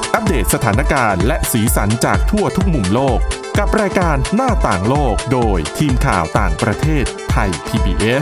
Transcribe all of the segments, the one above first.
อัปเดตสถานการณ์และสีสันจากทั่วทุกมุมโลกกับรายการหน้าต่างโลกโดยทีมข่าวต่างประเทศไทย PBS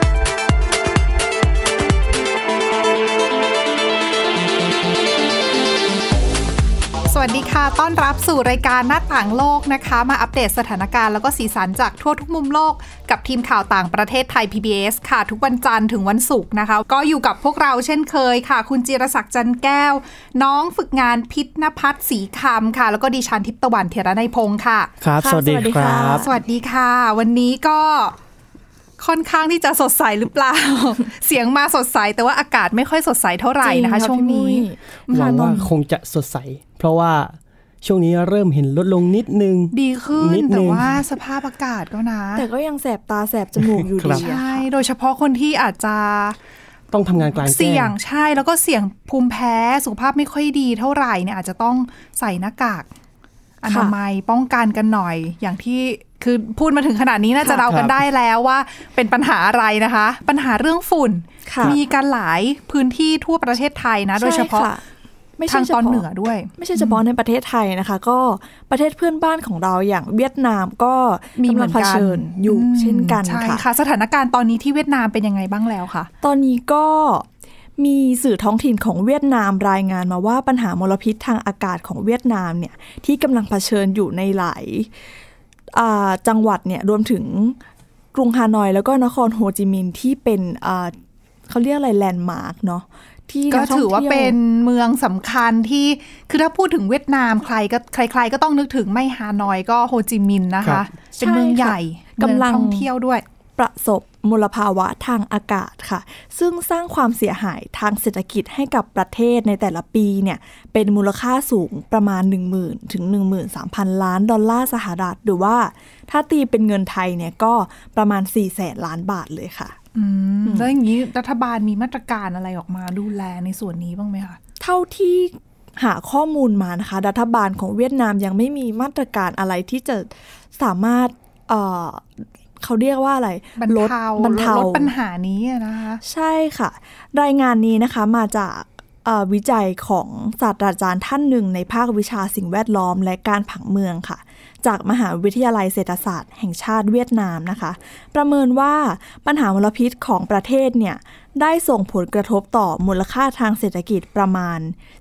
สวัสดีค่ะต้อนรับสู่รายการหน้าต่างโลกนะคะมาอัปเดตสถานการณ์แล้วก็สีสันจากทั่วทุกมุมโลกกับทีมข่าวต่างประเทศไทย PBS ค่ะทุกวันจันทร์ถึงวันศุกร์นะคะก็อยู่กับพวกเราเช่นเคยค่ะคุณจิรศักดิ์จันแก้วน้องฝึกงานพิษณภัทรศรีคำค่ะแล้วก็ดิฉันทิพย์ตะวันเถรนัยพงค์ค่ะครับสวัสดีครับสวัสดีค่ะวันนี้ก็ค่อนข้างที่จะสดใสหรือเปล่า เสียงมาสดใสแต่ว่าอากาศไม่ค่อยสดใสเท่าไหร่นะคะช่วงนี้หวังว่าคงจะสดใสเพราะว่าช่วงนี้เริ่มเห็นลดลงนิดนึงดีขึ้นแต่ว่าสภาพอากาศก็นะแต่ก็ยังแสบตาแสบจมูกอยู่ดีใช่โดยเฉพาะคนที่อาจจะต้องทำงานกลางแจ้งเสี่ยงใช่แล้วก็เสี่ยงภูมิแพ้สุขภาพไม่ค่อยดีเท่าไหร่เนี่ยอาจจะต้องใส่หน้ากากอนามัยป้องกันกันหน่อยอย่างที่คือพูดมาถึงขนาดนี้น่าจะเดากันได้แล้วว่าเป็นปัญหาอะไรนะคะปัญหาเรื่องฝุ่นมีกันหลายพื้นที่ทั่วประเทศไทยนะโดยเฉพาะทางตอนเหนือด้วยไม่ใช่เฉพาะในประเทศไทยนะคะก็ประเทศเพื่อนบ้านของเราอย่างเวียดนามก็กำลังเผชิญอยู่เช่นกันค่ะสถานการณ์ตอนนี้ที่เวียดนามเป็นยังไงบ้างแล้วคะตอนนี้ก็มีสื่อท้องถิ่นของเวียดนามรายงานมาว่าปัญหามลพิษทางอากาศของเวียดนามเนี่ยที่กำลังเผชิญอยู่ในหลายจังหวัดเนี่ยรวมถึงกรุงฮานอยแล้วก็นครโฮจิมินห์ที่เป็นเขาเรียกอะไรแลนด์มาร์กเนาะก็ถือว่าเป็นเมืองสำคัญที่คือถ้าพูดถึงเวียดนามใครก็ต้องนึกถึงไม่ฮานอยก็โฮจิมินห์นะคะเป็นเมืองใหญ่กำลังท่องเที่ยวด้วยประสบมลภาวะทางอากาศค่ะซึ่งสร้างความเสียหายทางเศรษฐกิจให้กับประเทศในแต่ละปีเนี่ยเป็นมูลค่าสูงประมาณ 10,000 ถึง 13,000 ล้านดอลลาร์สหรัฐหรือว่าถ้าตีเป็นเงินไทยเนี่ยก็ประมาณ 400,000 ล้านบาทเลยค่ะแล้วอย่างนี้รัฐบาลมีมาตรการอะไรออกมาดูแลในส่วนนี้บ้างไหมคะเท่าที่หาข้อมูลมานะคะรัฐบาลของเวียดนามยังไม่มีมาตรการอะไรที่จะสามารถเขาเรียกว่าอะไรลดปัญหานี้นะคะใช่ค่ะรายงานนี้นะคะมาจากวิจัยของศาสตราจารย์ท่านหนึ่งในภาควิชาสิ่งแวดล้อมและการผังเมืองค่ะจากมหาวิทยาลัยเศรษฐศาสตร์แห่งชาติเวียดนามนะคะประเมินว่าปัญหามลพิษของประเทศเนี่ยได้ส่งผลกระทบต่อมูลค่าทางเศรษฐกิจประมาณ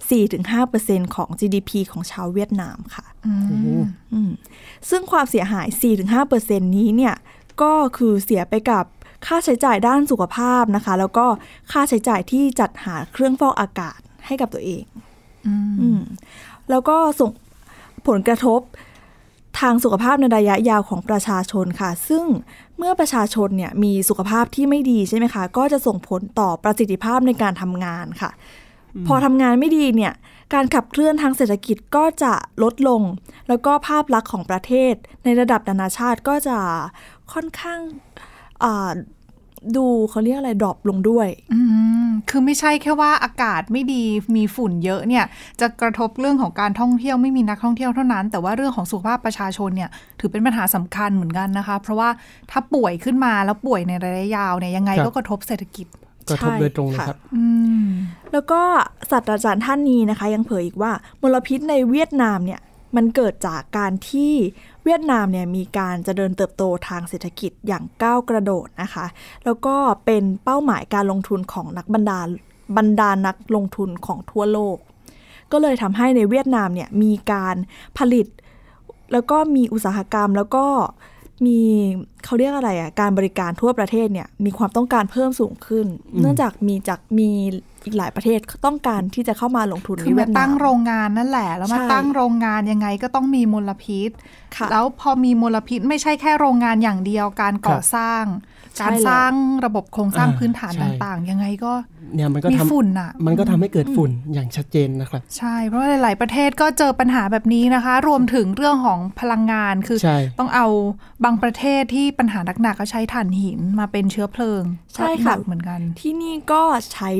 4-5% ของ GDP ของชาวเวียดนามค่ะซึ่งความเสียหาย 4-5% นี้เนี่ยก็คือเสียไปกับค่าใช้จ่ายด้านสุขภาพนะคะแล้วก็ค่าใช้จ่ายที่จัดหาเครื่องฟอกอากาศให้กับตัวเองแล้วก็ส่งผลกระทบทางสุขภาพในระยะยาวของประชาชนค่ะซึ่งเมื่อประชาชนเนี่ยมีสุขภาพที่ไม่ดีใช่ไหมคะก็จะส่งผลต่อประสิทธิภาพในการทำงานค่ะพอทำงานไม่ดีเนี่ยการขับเคลื่อนทางเศรษฐกิจก็จะลดลงแล้วก็ภาพลักษณ์ของประเทศในระดับนานาชาติก็จะค่อนข้างดูเขาเรียกอะไรดรอปลงด้วยคือไม่ใช่แค่ว่าอากาศไม่ดีมีฝุ่นเยอะเนี่ยจะกระทบเรื่องของการท่องเที่ยวไม่มีนักท่องเที่ยวเท่านั้นแต่ว่าเรื่องของสุขภาพประชาชนเนี่ยถือเป็นปัญหาสำคัญเหมือนกันนะคะเพราะว่าถ้าป่วยขึ้นมาแล้วป่วยในระยะยาวเนี่ยยังไงก็กระทบเศรษฐกิจกระทบโดยตรงเลยครับแล้วก็ศาสตราจารย์ท่านนี้นะคะยังเผยอีกว่ามลพิษในเวียดนามเนี่ยมันเกิดจากการที่เวียดนามเนี่ยมีการเจริญเติบโตทางเศรษฐกิจอย่างก้าวกระโดดนะคะแล้วก็เป็นเป้าหมายการลงทุนของบรรดานักลงทุนของทั่วโลกก็เลยทำให้ในเวียดนามเนี่ยมีการผลิตแล้วก็มีอุตสาหกรรมแล้วก็มีเขาเรียกอะไรการบริการทั่วประเทศเนี่ยมีความต้องการเพิ่มสูงขึ้นเนื่องจากมีอีกหลายประเทศต้องการที่จะเข้ามาลงทุนในเวียดนามตั้งโรงงานนั่นแหละแล้วมาตั้งโรงงานยังไงก็ต้องมีมลพิษแล้วพอมีมลพิษไม่ใช่แค่โรงงานอย่างเดียวการก่อสร้างการสร้างระบบโครงสร้างพื้นฐานต่างๆยังไงก็มีฝุ่นอ่ะมันก็ทำให้เกิดฝุ่นอย่างชัดเจนนะครับใช่เพราะหลายๆประเทศก็เจอปัญหาแบบนี้นะคะรวมถึงเรื่องของพลังงานคือต้องเอาบางประเทศที่ปัญหาหนักๆก็ใช้ถ่านหินมาเป็นเชื้อเพลิงใช่ค่ะเหมือนกันที่นี่ก็ใช้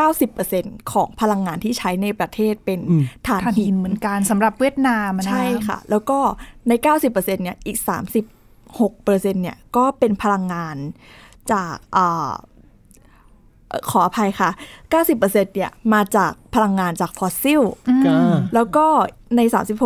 90% ของพลังงานที่ใช้ในประเทศเป็นถ่านหินเหมือนกันสำหรับเวียดนามใช่ค่ะแล้วก็ใน 90% เนี่ยอีก 36% เนี่ยก็เป็นพลังงานจากขออภัยค่ะ 90% เนี่ยมาจากพลังงานจากฟอสซิลแล้วก็ใน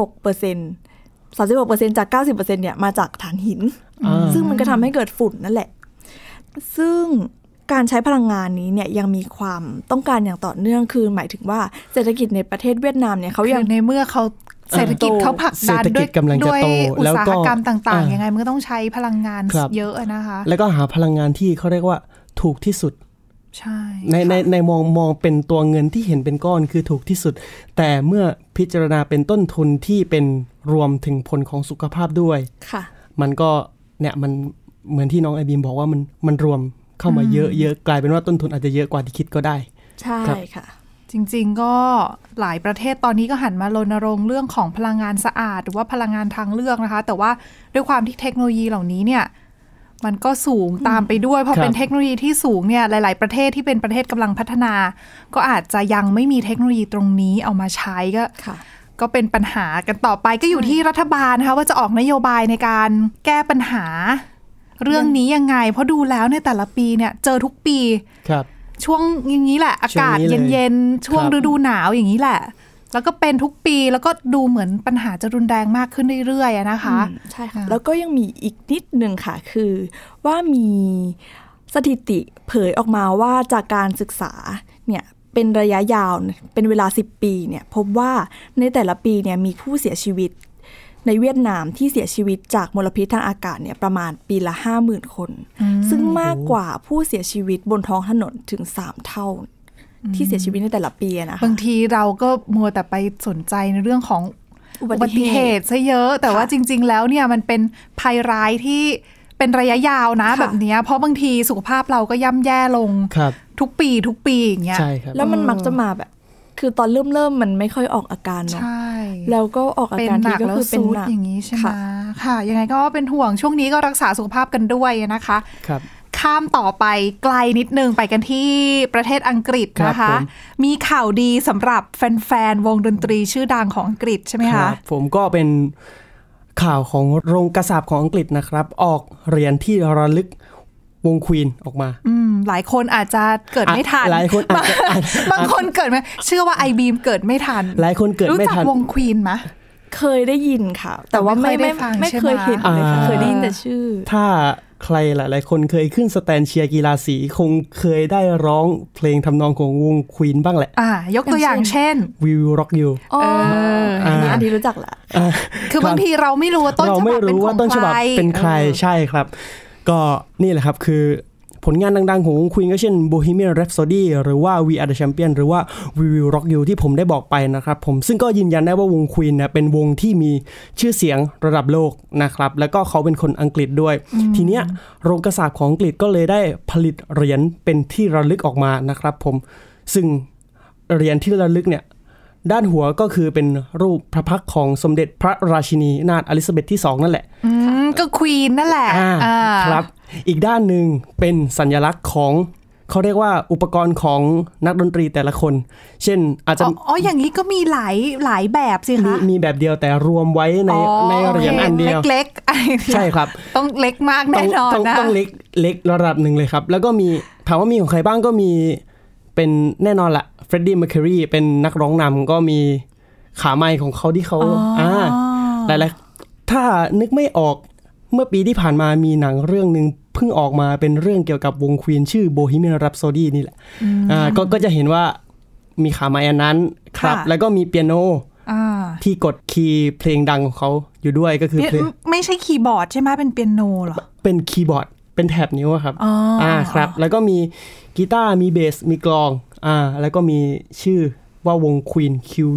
36% จาก 90% เนี่ยมาจากถ่านหินซึ่งมันก็ทำให้เกิดฝุ่นนั่นแหละซึ่งการใช้พลังงานนี้เนี่ยยังมีความต้องการอย่างต่อเนื่องคือหมายถึงว่าเศรษฐกิจในประเทศเวียดนามเนี่ยเขายังในเมื่อเขาเศรษฐกิจเขาผลักดันด้วยอุตสาหกรรมต่างๆยังไงมันก็ต้องใช้พลังงานเยอะนะคะแล้วก็หาพลังงานที่เขาเรียกว่าถูกที่สุดใช่ในมองเป็นตัวเงินที่เห็นเป็นก้อนคือถูกที่สุดแต่เมื่อพิจารณาเป็นต้นทุนที่เป็นรวมถึงผลของสุขภาพด้วยมันก็เนี่ยมันเหมือนที่น้องไอบีมบอกว่ามันรวมเข้ามาเยอะกลายเป็นว่าต้นทุนอาจจะเยอะกว่าที่คิดก็ได้ใช่ค่ะจริงๆก็หลายประเทศตอนนี้ก็หันมารณรงค์เรื่องของพลังงานสะอาดหรือว่าพลังงานทางเลือกนะคะแต่ว่าด้วยความที่เทคโนโลยีเหล่านี้เนี่ยมันก็สูงตามไปด้วยพอเป็นเทคโนโลยีที่สูงเนี่ยหลายๆประเทศที่เป็นประเทศกำลังพัฒนาก็อาจจะยังไม่มีเทคโนโลยีตรงนี้เอามาใช้ก็เป็นปัญหากันต่อไปก็อยู่ที่รัฐบาลนะคะว่าจะออกนโยบายในการแก้ปัญหาเรื่องนี้ยังไงเพราะดูแล้วในแต่ละปีเนี่ยเจอทุกปีช่วงอย่างนี้แหละอากาศเย็นๆช่วงฤดูหนาวอย่างนี้แหละแล้วก็เป็นทุกปีแล้วก็ดูเหมือนปัญหาจะรุนแรงมากขึ้นเรื่อยๆนะคะใช่ค่ะแล้วก็ยังมีอีกนิดนึงค่ะคือว่ามีสถิติเผยออกมาว่าจากการศึกษาเนี่ยเป็นระยะยาวเป็นเวลา10ปีเนี่ยพบว่าในแต่ละปีเนี่ยมีผู้เสียชีวิตในเวียดนามที่เสียชีวิตจากมลพิษทางอากาศเนี่ยประมาณปีละ 50,000 คนซึ่งมากกว่าผู้เสียชีวิตบนท้องถนนถึง3เท่าที่เสียชีวิตในแต่ละปีนะคะบางทีเราก็มัวแต่ไปสนใจในเรื่องของอุบัติเหตุซะเยอะแต่ว่าจริงๆแล้วเนี่ยมันเป็นภัยร้ายที่เป็นระยะยาวนะแบบนี้เพราะบางทีสุขภาพเราก็ย่ำแย่ลงทุกปีอย่างเงี้ยแล้วมันมักจะมาแบบคือตอนเริ่มมันไม่ค่อยออกอาการเนาะแล้วก็ออกอาการที่ก็คือเป็นหนักอย่างนี้ใช่ไหมค่ะยังไงก็เป็นห่วงช่วงนี้ก็รักษาสุขภาพกันด้วยนะคะข้ามต่อไปไกลนิดนึงไปกันที่ประเทศอังกฤษนะคะมีข่าวดีสำหรับแฟนๆวงดนตรีชื่อดังของอังกฤษใช่ไหมคะผมก็เป็นข่าวของโรงกระสาบของอังกฤษนะครับออกเหรียญที่ระลึกวงควีนออกมาหลายคนอาจจะเกิดไม่ทันบางคนเกิดไหมเชื่อว่าไอบีมเกิดไม่ทันหลายคนเกิดไม่ทันรู้จักวงควีนไหมเคยได้ยินค่ะแต่ว่าไม่เคยเห็นเลยค่ะเคยได้ยินแต่ชื่อถ้าใครหลายๆคนเคยขึ้นสแตนเชียร์กีฬาสีคงเคยได้ร้องเพลงทำนองของวงควีนบ้างแหละยกตัวอย่างเช่น We Will Rock You อันนี้รู้จักแหละคือบางทีเราไม่รู้ว่าต้นฉบับเป็นใครใช่ครับก็นี่แหละครับคือผลงานดังๆของวงควีนก็เช่น Bohemian Rhapsody หรือว่า We Are the Champion หรือว่า We Will Rock You ที่ผมได้บอกไปนะครับผมซึ่งก็ยืนยันได้ว่าวงควีนเนี่ยเป็นวงที่มีชื่อเสียงระดับโลกนะครับแล้วก็เขาเป็นคนอังกฤษด้วยทีเนี้ยโรงกระสาบของอังกฤษก็เลยได้ผลิตเหรียญเป็นที่ระลึกออกมานะครับผมซึ่งเหรียญที่ระลึกเนี่ยด้านหัวก็คือเป็นรูปพระพักตร์ของสมเด็จพระราชินีนาถอลิซาเบธที่2นั่นแหละก็ควีนนั่นแหละครับอีกด้านหนึ่งเป็นสัญลักษณ์ของเขาเรียกว่าอุปกรณ์ของนักดนตรีแต่ละคนเช่นอาจจะอย่างนี้ก็มีหลายแบบสิคะมีแบบเดียวแต่รวมไว้ในเหรียญอันเดียวเล็กๆใช่ครับต้องเล็กมากแน่นอนนะต้องเล็กระดับหนึ่งเลยครับแล้วก็มีถามว่ามีของใครบ้างก็มีเป็นแน่นอนละเฟรดดี้ เมอร์คิวรีเป็นนักร้องนำก็มีขาไมค์ของเขาที่เขาหลายๆถ้านึกไม่ออกเมื่อปีที่ผ่านมามีหนังเรื่องนึงเพิ่งออกมาเป็นเรื่องเกี่ยวกับวงควีนชื่อ Bohemian Rhapsody นี่แหละก็จะเห็นว่ามีขาไมค์อันนั้นครับแล้วก็มีเปียโนที่กดคีย์เพลงดังของเขาอยู่ด้วยก็คือเพลงไม่ใช่คีย์บอร์ดใช่ไหมเป็นเปียโนเหรอเป็นคีย์บอร์ดเป็นแถบนิ้วครับครับแล้วก็มีกีตาร์มีเบสมีกลองแล้วก็มีชื่อว่าวงควีน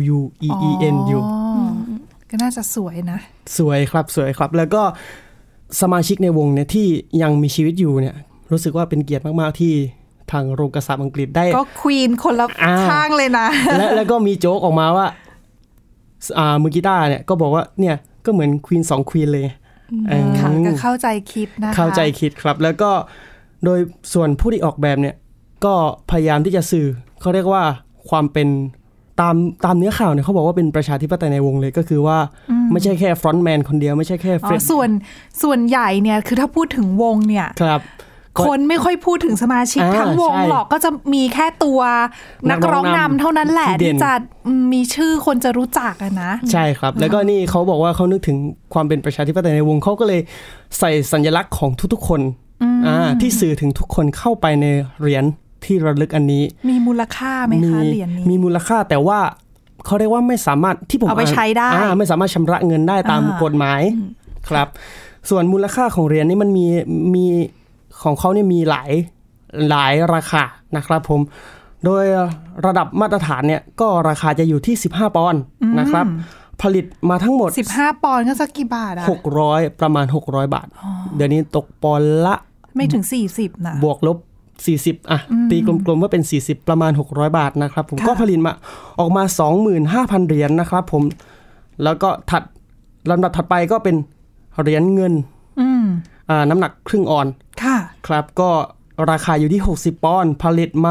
QUEEN อยู่ก็น่าจะสวยนะสวยครับแล้วก็สมาชิกในวงเนี่ยที่ยังมีชีวิตอยู่เนี่ยรู้สึกว่าเป็นเกียรติมากๆที่ทางโรงกระสาบอังกฤษได้ก็ควีนคนละข้างเลยนะแล้วก็มีโจ๊กออกมาว่ามือกีตาร์เนี่ยก็บอกว่าเนี่ยก็เหมือนควีน2ควีนเลยค่ะก็เข้าใจคิดนะคะเข้าใจคิดครับแล้วก็โดยส่วนผู้ที่ออกแบบเนี่ยก็พยายามที่จะสื่อเขาเรียกว่าความเป็นตามเนื้อข่าวเนี่ยเขาบอกว่าเป็นประชาธิปไตยในวงเลยก็คือว่าไม่ใช่แค่ฟรอนต์แมนคนเดียวไม่ใช่แค่ส่วนใหญ่เนี่ยคือถ้าพูดถึงวงเนี่ยครับคนไม่ค่อยพูดถึงสมาชิกทั้งวงหรอกก็จะมีแค่ตัวนักร้องนำเท่านั้นแหละที่จะมีชื่อคนจะรู้จักอะนะใช่ครับแล้วก็นี่เขาบอกว่าเขานึกถึงความเป็นประชาธิปไตยในวงเขาก็เลยใส่สัญลักษณ์ของทุกๆคนที่สื่อถึงทุกคนเข้าไปในเหรียญที่ระลึกอันนี้มีมูลค่าไหมคะเหรียญนี้มีมูลค่าแต่ว่าเขาเรียกว่าไม่สามารถที่ผมเอาไปใช้ได้ไม่สามารถชำระเงินได้ตามกฎหมายครับส่วนมูลค่าของเหรียญนี้มันมีของเขาเนี่ยมีหลายราคานะครับผมโดยระดับมาตรฐานเนี่ยก็ราคาจะอยู่ที่15ปอนด์นะครับผลิตมาทั้งหมด 15ปอนด์ก็สักกี่บาทอะ 600ประมาณ600บาทเดี๋ยวนี้ตกปอนด์ละไม่ถึง40นะบวกลบ40ตีกลมๆว่าเป็น40ประมาณ600บาทนะครับผมก็ผลิตมาออกมา 25,000 เหรียญนะครับผมแล้วก็ลำดับถัดไปก็เป็นเหรียญเงินน้ำหนักครึ่งออนซ์ครับก็ราคาอยู่ที่60ปอนด์ผลิตมา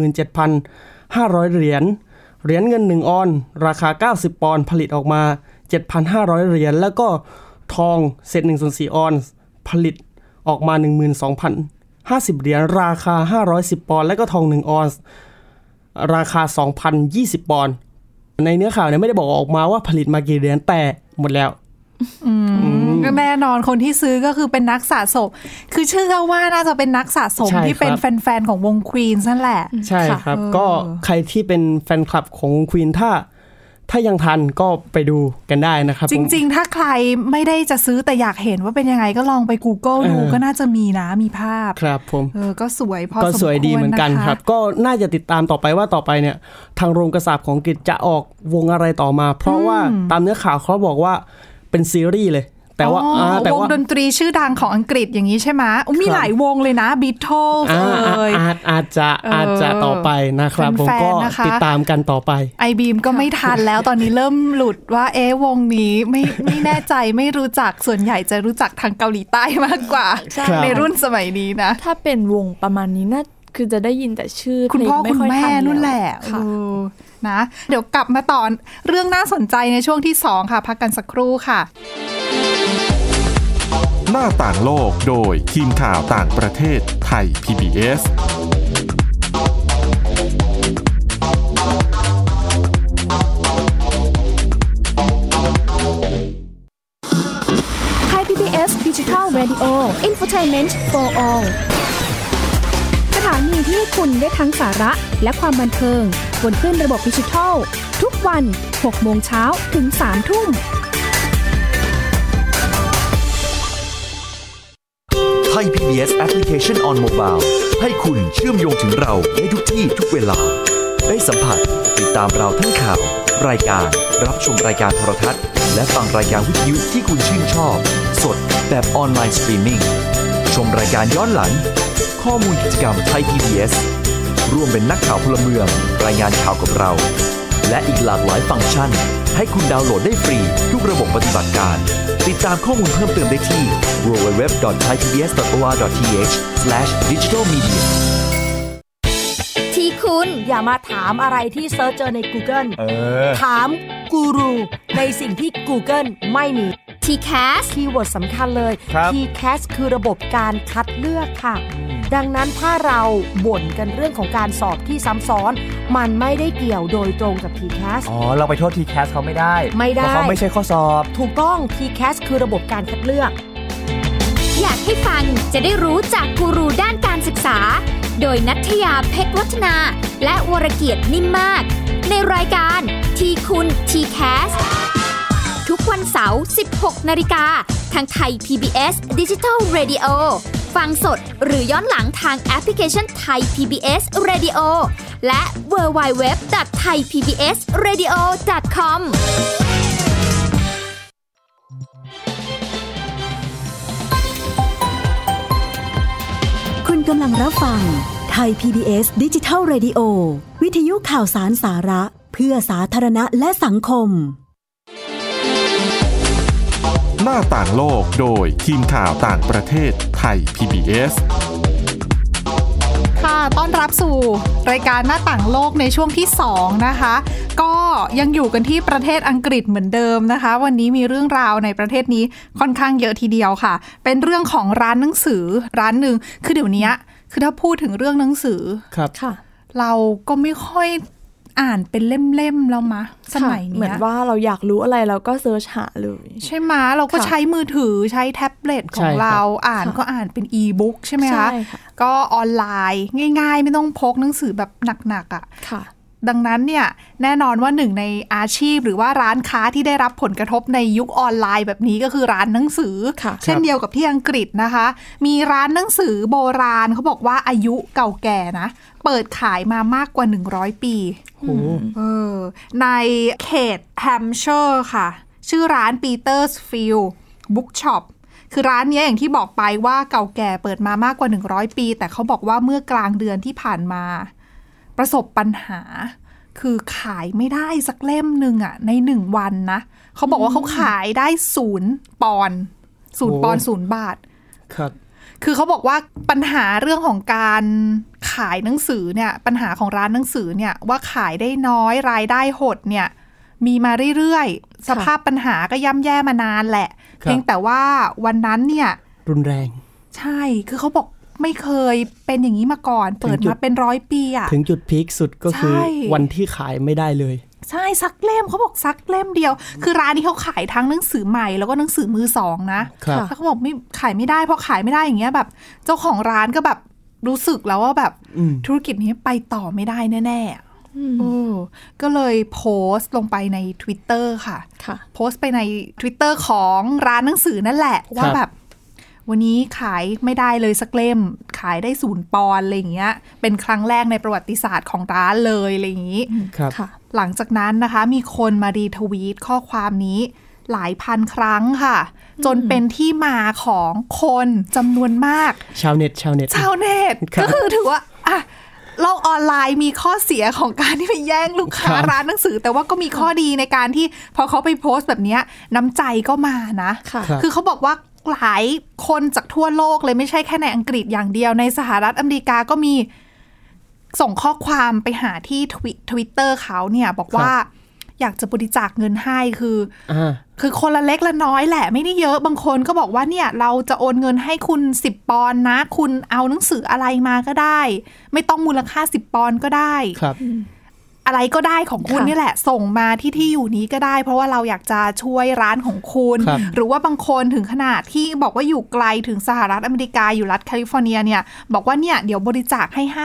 17,500 เหรียญเงิน1ออนซ์ราคา90ปอนด์ผลิตออกมา 7,500 เหรียญแล้วก็ทองเศษ 1/4 ออนซ์ผลิตออกมา 12,050 เหรียญราคา510ปอนด์แล้วก็ทอง1ออนซ์ราคา 2,020 ปอนด์ในเนื้อข่าวเนี่ยไม่ได้บอกออกมาว่าผลิตมากี่เหรียญแต่หมดแล้วก็แน่นอนคนที่ซื้อก็คือเป็นนักสะสมคือเชื่อว่าน่าจะเป็นนักสะสมที่เป็นแฟนๆของวงควีนนั่นแหละใช่ครับก็ใครที่เป็นแฟนคลับของวงควีนถ้ายังทันก็ไปดูกันได้นะครับจริงๆถ้าใครไม่ได้จะซื้อแต่อยากเห็นว่าเป็นยังไงก็ลองไป Google ดูก็น่าจะมีนะมีภาพครับผมก็สวยพอสมควรก็สวยดีเหมือนกันครับก็น่าจะติดตามต่อไปว่าต่อไปเนี่ยทางโรงกระสาบของอังกฤษจะออกวงอะไรต่อมาเพราะว่าตามเนื้อข่าวเขาบอกว่าเป็นซีรีส์เลยแต่ว่าวงดนตรีชื่อดังของอังกฤษอย่างนี้ใช่ไหมมีหลายวงเลยนะ Beatles อาจจะต่อไปนะครับผมก็ติดตามกันต่อไปไอบีมก็ไม่ทันแล้วตอนนี้เริ่มหลุดว่าวงนี้ไม่แน่ใจไม่รู้จักส่วนใหญ่จะรู้จักทางเกาหลีใต้มากกว่าในรุ่นสมัยนี้นะถ้าเป็นวงประมาณนี้น่าคือจะได้ยินแต่ชื่อคุณพ่อคุณแม่นู่นแหละนะเดี๋ยวกลับมาต่อเรื่องน่าสนใจในช่วงที่2ค่ะพักกันสักครู่ค่ะหน้าต่างโลกโดยทีมข่าวต่างประเทศไทย PBS ไทย PBS Digital Radio Infotainment for All สถานีที่คุณได้ทั้งสาระและความบันเทิงบนคลื่นระบบดิจิทัลทุกวัน 6 โมงเช้าถึง 3 ทุ่มไทย PBS Application on Mobile ให้คุณเชื่อมโยงถึงเราในทุกที่ทุกเวลาได้สัมผัสติดตามเราทั้งข่าวรายการรับชมรายการโทรทัศน์และฟังรายการวิทยุที่คุณชื่นชอบสดแบบออนไลน์สตรีมมิ่งชมรายการย้อนหลังข้อมูลกิจกรรมไทย PBS ร่วมเป็นนักข่าวพลเมืองรายงานข่าวกับเราและอีกหลากหลายฟังก์ชันให้คุณดาวน์โหลดได้ฟรีทุกระบบปฏิบัติการติดตามข้อมูลเพิ่มเติมได้ที่ www.thaipbs.or.th/digitalmedia ที่คุณอย่ามาถามอะไรที่เซิร์ชเจอใน Google ถามกูรูในสิ่งที่ Google ไม่มี TCAS คีย์เวิร์ดสำคัญเลย TCAS คือระบบการคัดเลือกค่ะดังนั้นถ้าเราบ่นกันเรื่องของการสอบที่ซ้ำซ้อนมันไม่ได้เกี่ยวโดยตรงกับ TCAS เราไปโทษ TCAS เขาไม่ได้เพราะเขาไม่ใช่ข้อสอบถูกต้อง TCAS คือระบบการคัดเลือกอยากให้ฟังจะได้รู้จากกูรูด้านการศึกษาโดยณัฐยาเพชรวัฒนาและวรเกียรตินิ่มมากในรายการทีคุณ TCAS ทุกวันเสาร์ 16 นาฬิกาทางไทย PBS Digital Radio ฟังสดหรือย้อนหลังทางแอปพลิเคชันไทย PBS Radio และ www.thaipbsradio.com คุณกำลังรับฟังไทย PBS Digital Radio วิทยุข่าวสารสาระเพื่อสาธารณะและสังคมหน้าต่างโลกโดยทีมข่าวต่างประเทศไทย PBS ค่ะต้อนรับสู่รายการหน้าต่างโลกในช่วงที่2นะคะก็ยังอยู่กันที่ประเทศอังกฤษเหมือนเดิมนะคะวันนี้มีเรื่องราวในประเทศนี้ค่อนข้างเยอะทีเดียวค่ะเป็นเรื่องของร้านหนังสือร้านหนึ่งคือเดี๋ยวนี้คือถ้าพูดถึงเรื่องหนังสือครับค่ะเราก็ไม่ค่อยอ่านเป็นเล่มๆแล้วมะสมัยนี้เหมือนว่าเราอยากรู้อะไรเราก็เซิร์ชหาเลยใช่ไหมเราก็ใช้มือถือใช้แท็บเล็ตของเราอ่านก็อ่านเป็นอีบุ๊กใช่ไหมคะก็ออนไลน์ง่ายๆไม่ต้องพกหนังสือแบบหนักๆอ่ะดังนั้นเนี่ยแน่นอนว่าหนึ่งในอาชีพหรือว่าร้านค้าที่ได้รับผลกระทบในยุคออนไลน์แบบนี้ก็คือร้านหนังสือเช่นเดียวกับที่อังกฤษนะคะมีร้านหนังสือโบราณเขาบอกว่าอายุเก่าแก่นะเปิดขายมามากกว่า100ปีในเขตแฮมป์ชัยร์ค่ะชื่อร้านปีเตอร์สฟิลด์บุ๊กช็อปคือร้านนี้อย่างที่บอกไปว่าเก่าแก่เปิดมามากกว่า100ปีแต่เขาบอกว่าเมื่อกลางเดือนที่ผ่านมาประสบปัญหาคือขายไม่ได้สักเล่มหนึ่งอ่ะใน1วันนะเขาบอกว่าเขาขายได้0 ปอนด์0 บาทครับคือเขาบอกว่าปัญหาเรื่องของการขายหนังสือเนี่ยปัญหาของร้านหนังสือเนี่ยว่าขายได้น้อยรายได้หดเนี่ยมีมาเรื่อยๆสภาพปัญหาก็ย่ำแย่มานานแหละเพียงแต่ว่าวันนั้นเนี่ยรุนแรงใช่คือเขาบอกไม่เคยเป็นอย่างนี้มาก่อนเปิดมาเป็น100 ปีอะถึงจุดพีคสุดก็คือวันที่ขายไม่ได้เลยใช่ซักเล่มเขาบอกซักเล่มเดียวคือร้านนี้เขาขายทั้งหนังสือใหม่แล้วก็หนังสือมือสองนะแล้วเขาบอกไม่ขายไม่ได้พอขายไม่ได้อย่างเงี้ยแบบเจ้าของร้านก็แบบรู้สึกแล้วว่าแบบธุรกิจนี้ไปต่อไม่ได้แน่ๆก็เลยโพสต์ลงไปใน Twitter ค่ะโพสต์ไปใน Twitter ของร้านหนังสือนั่นแหละว่าแบบวันนี้ขายไม่ได้เลยสักเล่มขายได้0 ปอนด์อะไรอย่างเงี้ยเป็นครั้งแรกในประวัติศาสตร์ของร้านเลยอะไรอย่างงี้หลังจากนั้นนะคะมีคนมารีทวีตข้อความนี้หลายพันครั้งค่ะจนเป็นที่มาของคนจำนวนมากชาวเน็ตก็คือถือว่าโลกออนไลน์มีข้อเสียของการที่ไปแย่งลูกค้าร้านหนังสือแต่ว่าก็มีข้อดีในการที่พอเขาไปโพสต์แบบนี้น้ำใจก็มานะคือเขาบอกว่าหลายคนจากทั่วโลกเลยไม่ใช่แค่ในอังกฤษอย่างเดียวในสหรัฐอเมริกาก็มีส่งข้อความไปหาที่ Twitter เขาเนี่ยบอกว่าอยากจะบริจาคเงินให้คือคนละเล็กละน้อยแหละไม่ได้เยอะบางคนก็บอกว่าเนี่ยเราจะโอนเงินให้คุณ10 ปอนด์นะคุณเอาหนังสืออะไรมาก็ได้ไม่ต้องมูลค่า10 ปอนด์ก็ได้อะไรก็ได้ของคุณนี่แหละส่งมาที่อยู่นี้ก็ได้เพราะว่าเราอยากจะช่วยร้านของคุณหรือว่าบางคนถึงขนาดที่บอกว่าอยู่ไกลถึงสหรัฐอเมริกาอยู่รัฐแคลิฟอร์เนียเนี่ยบอกว่าเนี่ยเดี๋ยวบริจาคให้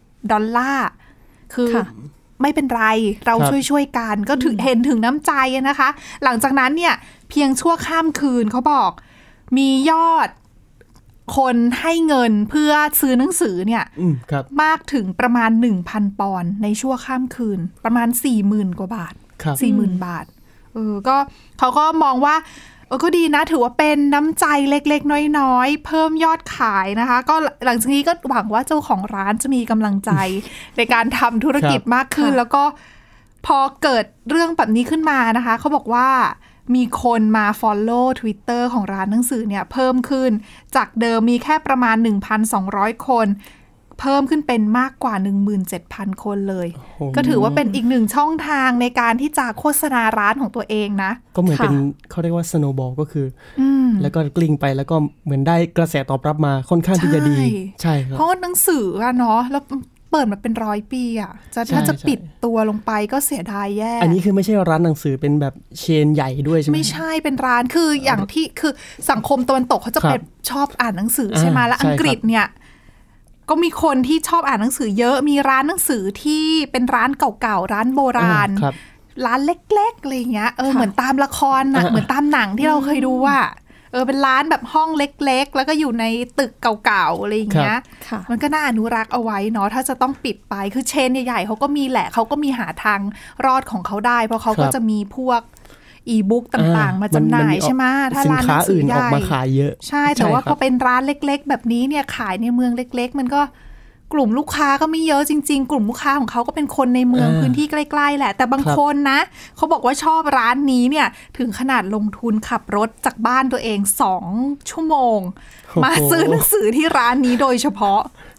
$50คือไม่เป็นไรเราช่วยกันก็ถึงเห็นถึงน้ำใจนะคะหลังจากนั้นเนี่ยเพียงชั่วข้ามคืนเขาบอกมียอดคนให้เงินเพื่อซื้อหนังสือเนี่ยมากถึงประมาณ 1,000 ปอนด์ในชั่วข้ามคืนประมาณ 40,000 กว่าบาท 40,000 บาทก็เขาก็มองว่าก็ดีนะถือว่าเป็นน้ำใจเล็กๆน้อยๆเพิ่มยอดขายนะคะก็หลังจากนี้ก็หวังว่าเจ้าของร้านจะมีกำลังใจ ในการทำธุรกิจมากขึ้นแล้วก็พอเกิดเรื่องแบบนี้ขึ้นมานะคะเขาบอกว่ามีคนมา follow Twitter ของร้านหนังสือเนี่ยเพิ่มขึ้นจากเดิมมีแค่ประมาณ 1,200 คนเพิ่มขึ้นเป็นมากกว่า 17,000 คนเลยก็ถือว่าเป็นอีกหนึ่งช่องทางในการที่จะโฆษณาร้านของตัวเองนะก็เหมือนเป็นเขาเรียกว่า snowball ก็คือแล้วก็กลิ้งไปแล้วก็เหมือนได้กระแสตอบรับมาค่อนข้างที่จะดีใช่ครับเพราะหนังสืออะเนาะแล้วเปิดมาเป็น100 ปีอ่ะถ้าจะปิดตัวลงไปก็เสียดายแย่อันนี้คือไม่ใช่ร้านหนังสือเป็นแบบเชนใหญ่ด้วยใช่ไหมไม่ใช่เป็นร้านคืออย่างที่คือสังคมตะวันตกเขาจะเป็นชอบอ่านหนังสือใช่ไหมแล้วอังกฤษเนี่ยก็มีคนที่ชอบอ่านหนังสือเยอะมีร้านหนังสือที่เป็นร้านเก่าๆร้านโบราณร้านเล็กๆอะไรเงี้ยเหมือนตามละครนะเหมือนตามหนังที่เราเคยดูว่าเป็นร้านแบบห้องเล็กๆแล้วก็อยู่ในตึกเก่าๆอะไรอย่างเงี้ยมันก็น่าอนุรักษ์เอาไว้เนาะถ้าจะต้องปิดไปคือเชนใหญ่ๆเขาก็มีแหละเขาก็มีหาทางรอดของเขาได้เพราะเขาก็จะมีพวกอีบุ๊กต่างๆมาจำหน่ายใช่ไหมถ้าร้านหนังสือใหญ่ออกมาขายเยอะใช่แต่ว่าพอเป็นร้านเล็กๆแบบนี้เนี่ยขายในเมืองเล็กๆมันก็กลุ่มลูกค้าก็ไม่เยอะจริงๆกลุ่มลูกค้าของเขาก็เป็นคนในเมืองพื้นที่ใกล้ๆแหละแต่บางคนนะเขาบอกว่าชอบร้านนี้เนี่ยถึงขนาดลงทุนขับรถจากบ้านตัวเอง2 ชั่วโมงมาซื้อหนังสือที่ร้านนี้โดยเฉพาะ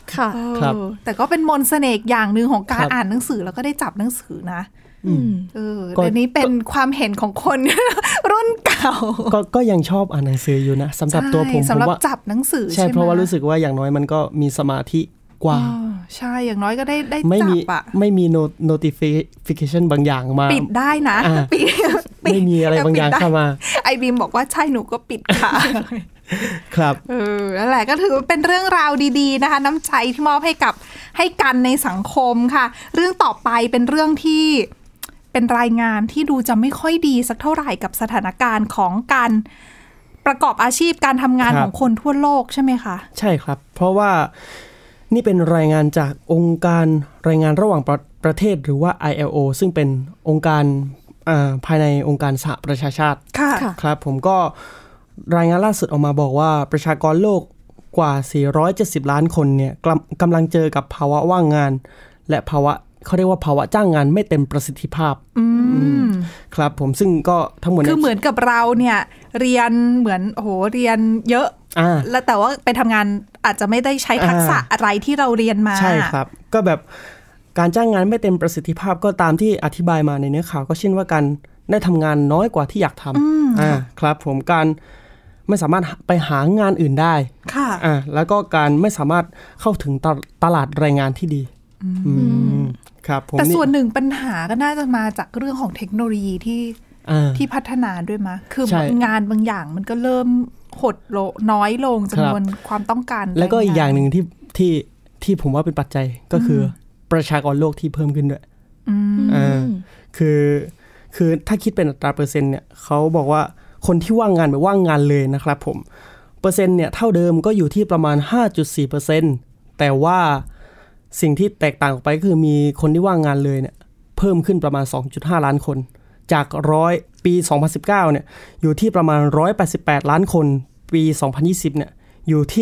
ค่ะครับแต่ก็เป็นมนต์เสน่ห์อย่างนึงของการอ่านหนังสือแล้วก็ได้จับหนังสือนะอันนี้เป็นความเห็นของคน รุ่นเก่าก็ยังชอบอ่านหนังสืออยู่นะสำหรับตัวผมสำหรับจับหนังสือใช่เพราะว่ารู้สึกว่าอย่างน้อยมันก็มีสมาธิกว่าใช่อย่างน้อยก็ได้จับอ่ะไม่มี notification บางอย่างมาปิดได้นะปิดไม่มีอะไรบางอย่างเข้ามาไอบีมบอกว่าใช่หนูก็ปิดค่ะครับนั่นแหละก็ถือเป็นเรื่องราวดีๆนะคะน้ำใจที่มอบให้กันในสังคมค่ะเรื่องต่อไปเป็นเรื่องที่เป็นรายงานที่ดูจะไม่ค่อยดีสักเท่าไหร่กับสถานการณ์ของการประกอบอาชีพการทำงานของคนทั่วโลกใช่ไหมคะใช่ครับเพราะว่านี่เป็นรายงานจากองค์การรายงานระหว่างประเทศหรือว่า ILO ซึ่งเป็นองค์การภายในองค์การสหประชาชาติครับผมก็รายงานล่าสุดออกมาบอกว่าประชากรโลกกว่า470ล้านคนเนี่ยกำลังเจอกับภาวะว่างงานและภาวะเขาเรียกว่าภาวะจ้างงานไม่เต็มประสิทธิภาพครับผมซึ่งก็ทั้งหมดคือเหมือนกับเราเนี่ยเรียนเหมือนเรียนเยอะแล้วแต่ว่าไปทำงานอาจจะไม่ได้ใช้ทักษะอะไรที่เราเรียนมาใช่ครับก็แบบการจ้างงานไม่เต็มประสิทธิภาพก็ตามที่อธิบายมาในเนื้อข่าวก็เช่นว่าการได้ทำงานน้อยกว่าที่อยากทำครับผมการไม่สามารถไปหางานอื่นได้แล้วก็การไม่สามารถเข้าถึงตลาดแรงงานที่ดีครับผมแต่ส่วนหนึ่งปัญหาก็น่าจะมาจากเรื่องของเทคโนโลยีที่พัฒนาด้วยมั้ยคืองานบางอย่างมันก็เริ่มหดน้อยลงจำนวนความต้องการแล้วก็อีกอย่างหนึ่งที่ผมว่าเป็นปัจจัยก็คือประชากรโลกที่เพิ่มขึ้นด้วยคือถ้าคิดเป็นอัตราเปอร์เซ็นต์เนี่ยเขาบอกว่าคนที่ว่างงานแบบว่างงานเลยนะครับผมเปอร์เซ็นต์เนี่ยเท่าเดิมก็อยู่ที่ประมาณ 5.4% แต่ว่าสิ่งที่แตกต่างออกไปคือมีคนที่ว่างงานเลยเนี่ยเพิ่มขึ้นประมาณ 2.5 ล้านคนจากปี 2019เนี่ยอยู่ที่ประมาณ188ล้านคนปี 2020เนี่ยอยู่ที่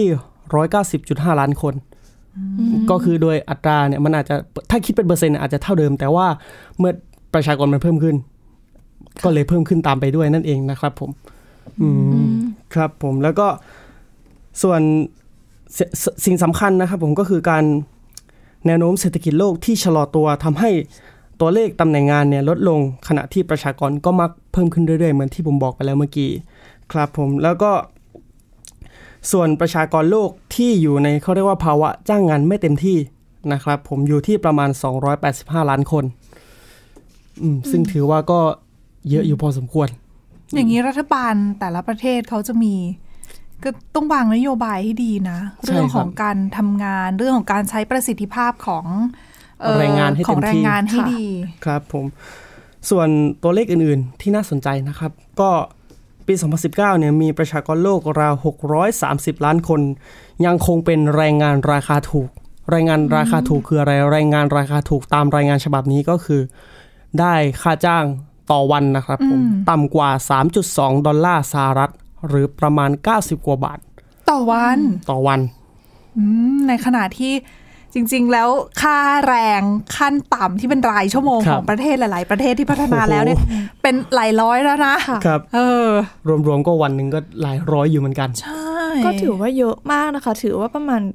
190.5 ล้านคนก็คือโดยอัตราเนี่ยมันอาจจะถ้าคิดเป็นเปอร์เซ็นต์อาจจะเท่าเดิมแต่ว่าเมื่อประชากรมันเพิ่มขึ้นก็เลยเพิ่มขึ้นตามไปด้วยนั่นเองนะครับผมครับผมแล้วก็ส่วนสิ่งสำคัญนะครับผมก็คือการแนวโน้มเศรษฐกิจโลกที่ชะลอตัวทำให้ตัวเลขตำแหน่งงานเนี่ยลดลงขณะที่ประชากรก็มักเพิ่มขึ้นเรื่อยๆเหมือนที่ผมบอกไปแล้วเมื่อกี้ครับผมแล้วก็ส่วนประชากรโลกที่อยู่ในเขาเรียกว่าภาวะจ้างงานไม่เต็มที่นะครับผมอยู่ที่ประมาณ285ล้านคนซึ่งถือว่าก็เยอะอยู่พอสมควรอย่างนี้รัฐบาลแต่ละประเทศเขาจะมีก็ต้องวางนโยบายให้ดีนะเรื่องของการทำงานเรื่องของการใช้ประสิทธิภาพของแรงงานให้เต็มที่ให้ดีครับผมส่วนตัวเลขอื่นๆที่น่าสนใจนะครับก็ปี 2019 เนี่ยมีประชากรโลกราว630ล้านคนยังคงเป็นแรงงานราคาถูกแรงงานราคาถูกคืออะไรแรงงานราคาถูกตามรายงานฉบับนี้ก็คือได้ค่าจ้างต่อวันนะครับผมต่ำกว่า 3.2 ดอลลาร์สหรัฐหรือประมาณ90กว่าบาทต่อวันในขณะที่จริงๆแล้วค่าแรงขั้นต่ำที่เป็นรายชั่วโมงของประเทศหลายๆประเทศที่พัฒนาแล้วเนี่ยเป็นหลายร้อยแล้วนะครับรวมๆก็วันหนึ่งก็หลายร้อยอยู่เหมือนกันใช่ก็ถือว่าเยอะมากนะคะถือว่าประมาณ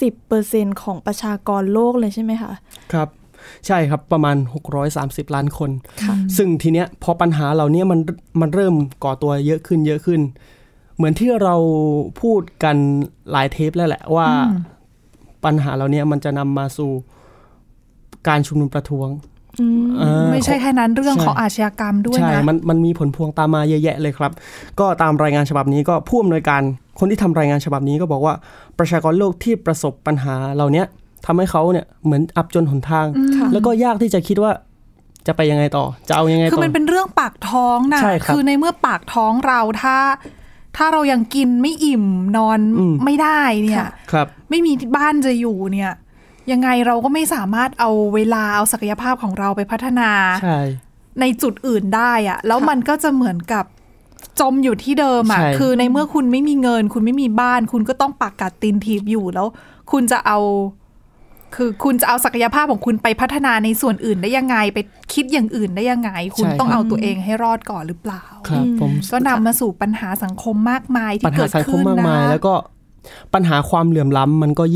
10% ของประชากรโลกเลยใช่ไหมคะครับใช่ครับประมาณ630ล้านคนซึ่งทีเนี้ยพอปัญหาเหล่านี้มันเริ่มก่อตัวเยอะขึ้นเหมือนที่เราพูดกันหลายเทปแล้วแหละว่าปัญหาเหล่านี้มันจะนำมาสู่การชุมนุมประท้วงไม่ใช่แค่นั้นเรื่องของอาชญากรรมด้วยนะใช่มันมีผลพวงตามมาเยอะแยะเลยครับก็ตามรายงานฉบับนี้ก็ผู้อำนวยการคนที่ทำรายงานฉบับนี้ก็บอกว่าประชากรโลกที่ประสบปัญหาเหล่านี้ทำให้เขาเนี่ยเหมือนอับจนหนทางแล้วก็ยากที่จะคิดว่าจะไปยังไงต่อจะเอายังไงต่อคือมันเป็นเรื่องปากท้องนะคือในเมื่อปากท้องเราถ้าเรายังกินไม่อิ่มนอนไม่ได้เนี่ยไม่มีบ้านจะอยู่เนี่ยยังไงเราก็ไม่สามารถเอาเวลาเอาศักยภาพของเราไปพัฒนาในจุดอื่นได้อะแล้วมันก็จะเหมือนกับจมอยู่ที่เดิมอะคือในเมื่อคุณไม่มีเงินคุณไม่มีบ้านคุณก็ต้องปากกัดตีนถีบอยู่แล้วคุณจะเอาศักยภาพของคุณไปพัฒนาในส่วนอื่นได้ยังไงไปคิดอย่างอื่นได้ยังไงคุณต้องเอาตัวเองให้รอดก่อนหรือเปล่าก็นำมาสู่ปัญหาสังคมมากมายที่เกิดขึ้นนะแล้วก็ปัญหาความเหลื่อมล้ำมันก็ยิ่ง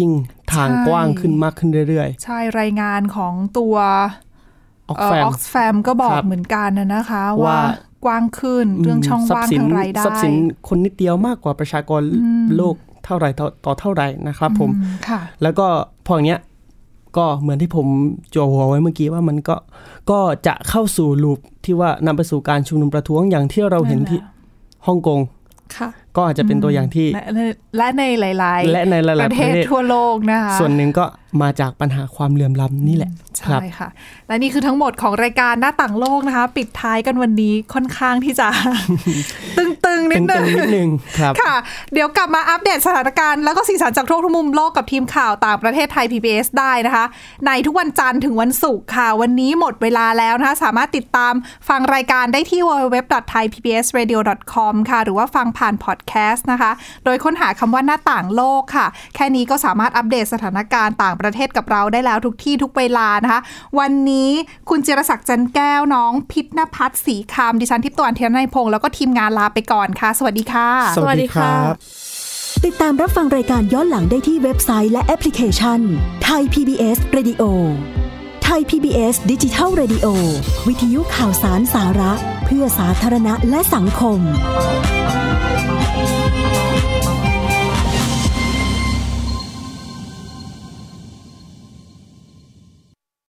ทางกว้างขึ้นมากขึ้นเรื่อยๆใช่รายงานของตัวOxfam ก็บอกเหมือนกันนะคะว่ากว้างขึ้นเรื่องช่องว่างทางรายได้ทรัพย์สินคนนิดเดียวมากกว่าประชากรโลกเท่าไหร่ต่อเท่าไหร่นะครับผมแล้วก็พออย่างเนี้ยก็เหมือนที่ผมจั่วหัวไว้เมื่อกี้ว่ามันก็จะเข้าสู่ลูปที่ว่านำไปสู่การชุมนุมประท้วงอย่างที่เราเห็นที่ฮ่องกงก็อาจจะเป็นตัวอย่างที่และในหลายๆประเทศทั่วโลกนะคะส่วนหนึ่งก็มาจากปัญหาความเหลื่อมล้ำนี่แหละใช่ค่ะและนี่คือทั้งหมดของรายการหน้าต่างโลกนะคะปิดท้ายกันวันนี้ค่อนข้างที่จะ ตึงๆนิดนึงครับค่ะเดี๋ยวกลับมาอัปเดตสถานการณ์แล้วก็สีสันจากทั่วทุกมุมโลกกับทีมข่าวต่างประเทศไทย PBS ได้นะคะในทุกวันจันทร์ถึงวันศุกร์ค่ะวันนี้หมดเวลาแล้วนะคะสามารถติดตามฟังรายการได้ที่ www.thaipbsradio.com ค่ะหรือว่าฟังผ่านพอดแคสต์นะคะโดยค้นหาคำว่าหน้าต่างโลกค่ะแค่นี้ก็สามารถอัปเดตสถานการณ์ต่างประเทศกับเราได้แล้วทุกที่ทุกเวลานะคะวันนี้คุณจิรศักดิ์จันแก้วน้องพิษณภัทรศรีคำดิฉันทิพย์ตะวันเทียนในพงษ์แล้วก็ทีมงานลาไปก่อนค่ะสวัสดีค่ะสวัสดีครับติดตามรับฟังรายการย้อนหลังได้ที่เว็บไซต์และแอปพลิเคชัน Thai PBS Radio Thai PBS Digital Radio วิทยุข่าวสารสาระเพื่อสาธารณะและสังคม